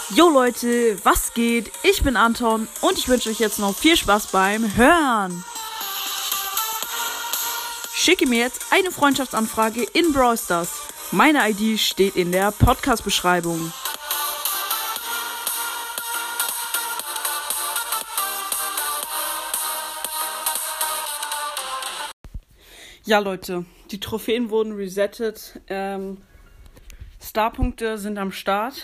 Jo Leute, was geht? Ich bin Anton und ich wünsche euch jetzt noch viel Spaß beim Hören. Schicke mir jetzt eine Freundschaftsanfrage in Brawl Stars. Meine ID steht in der Podcast-Beschreibung. Ja Leute, die Trophäen wurden resettet. Starpunkte sind am Start.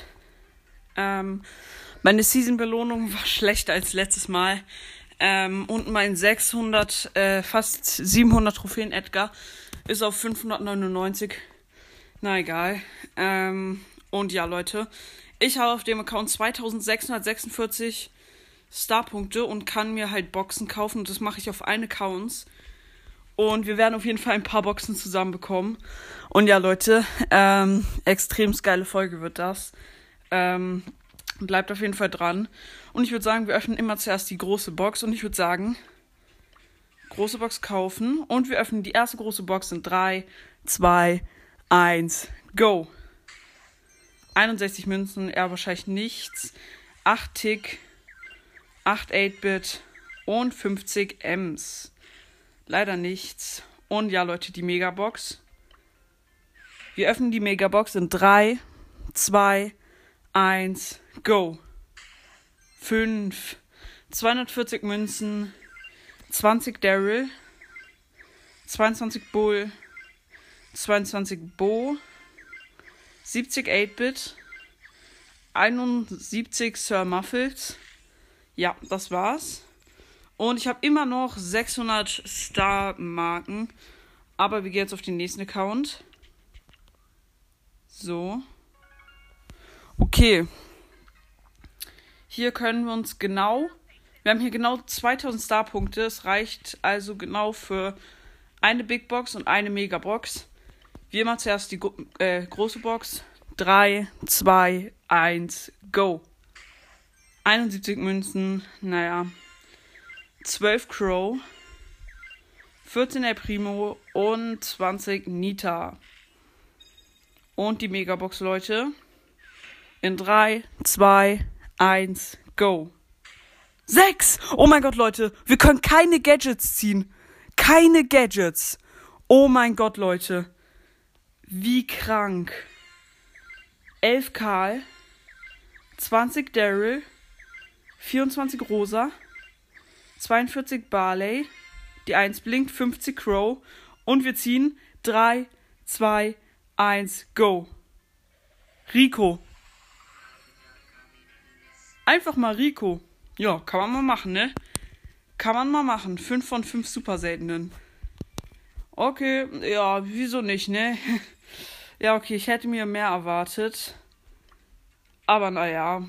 Meine Season-Belohnung war schlechter als letztes Mal. Und mein 600, fast 700 Trophäen Edgar ist auf 599. Na egal. Und ja Leute, ich habe auf dem Account 2646 Starpunkte und kann mir halt Boxen kaufen. Und das mache ich auf einen Account. Und wir werden auf jeden Fall ein paar Boxen zusammenbekommen. Und ja, Leute, extrem geile Folge wird das. Bleibt auf jeden Fall dran. Und ich würde sagen, wir öffnen immer zuerst die große Box. Und ich würde sagen, große Box kaufen. Und wir öffnen die erste große Box in 3, 2, 1, go. 61 Münzen, eher wahrscheinlich nichts. 8 Tick, 8 8-Bit und 50 Ms. Leider nichts. Und ja, Leute, die Megabox. Wir öffnen die Megabox in 3, 2, 1, go. 5, 240 Münzen, 20 Daryl, 22 Bull, 22 Bo, 70 8-Bit, 71 Sir Muffles. Ja, das war's. Und ich habe immer noch 600 Star-Marken. Aber wir gehen jetzt auf den nächsten Account. So. Okay. Hier können wir uns genau... Wir haben hier genau 2000 Star-Punkte. Es reicht also genau für eine Big Box und eine Mega Box. Wie immer zuerst die große Box. 3, 2, 1, go. 71 Münzen. Naja. 12 Crow, 14 El Primo und 20 Nita. Und die Megabox, Leute. In 3, 2, 1, go. 6! Oh mein Gott, Leute. Wir können keine Gadgets ziehen. Keine Gadgets. Oh mein Gott, Leute. Wie krank. 11 Karl, 20 Daryl, 24 Rosa, 42 Barley, die 1 blinkt, 50 Crow und wir ziehen 3, 2, 1, go. Rico. Einfach mal Rico. Ja, kann man mal machen, ne? Kann man mal machen. 5 von 5 super seltenen. Okay, ja, wieso nicht, ne? Ja, okay, ich hätte mir mehr erwartet. Aber naja.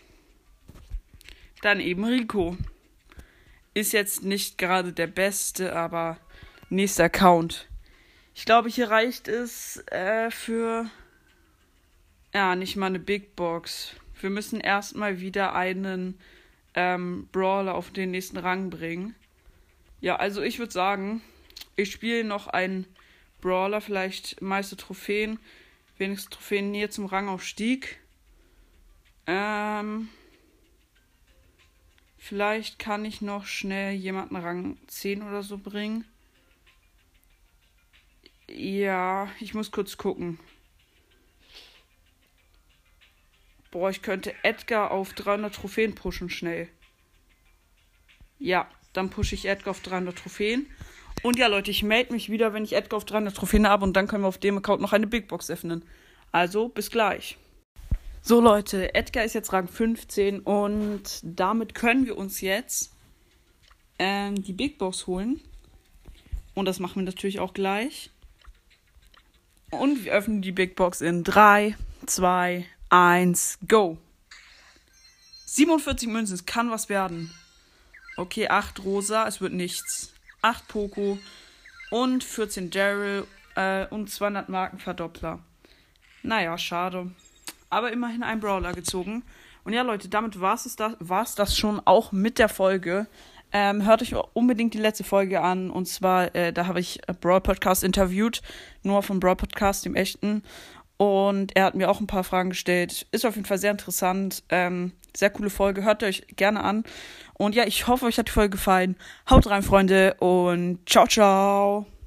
Dann eben Rico. Ist jetzt nicht gerade der beste, aber nächster Account. Ich glaube, hier reicht es für... Ja, nicht mal eine Big Box. Wir müssen erstmal wieder einen Brawler auf den nächsten Rang bringen. Ja, also ich würde sagen, ich spiele noch einen Brawler, vielleicht meiste Trophäen. Wenigstens Trophäen näher zum Rangaufstieg. Vielleicht kann ich noch schnell jemanden Rang 10 oder so bringen. Ja, ich muss kurz gucken. Boah, ich könnte Edgar auf 300 Trophäen pushen schnell. Ja, dann pushe ich Edgar auf 300 Trophäen. Und ja, Leute, ich melde mich wieder, wenn ich Edgar auf 300 Trophäen habe. Und dann können wir auf dem Account noch eine Big Box öffnen. Also, bis gleich. So Leute, Edgar ist jetzt Rang 15 und damit können wir uns jetzt die Big Box holen. Und das machen wir natürlich auch gleich. Und wir öffnen die Big Box in 3, 2, 1, go. 47 Münzen, es kann was werden. Okay, 8 Rosa, es wird nichts. 8 Poco und 14 Daryl und 200 Markenverdoppler. Naja, schade. Aber immerhin ein Brawler gezogen. Und ja, Leute, damit war's das schon auch mit der Folge. Hört euch unbedingt die letzte Folge an. Und zwar, da habe ich Brawl Podcast interviewt. Nur vom Brawl Podcast, dem echten. Und er hat mir auch ein paar Fragen gestellt. Ist auf jeden Fall sehr interessant. Sehr coole Folge. Hört euch gerne an. Und ja, ich hoffe, euch hat die Folge gefallen. Haut rein, Freunde. Und ciao, ciao.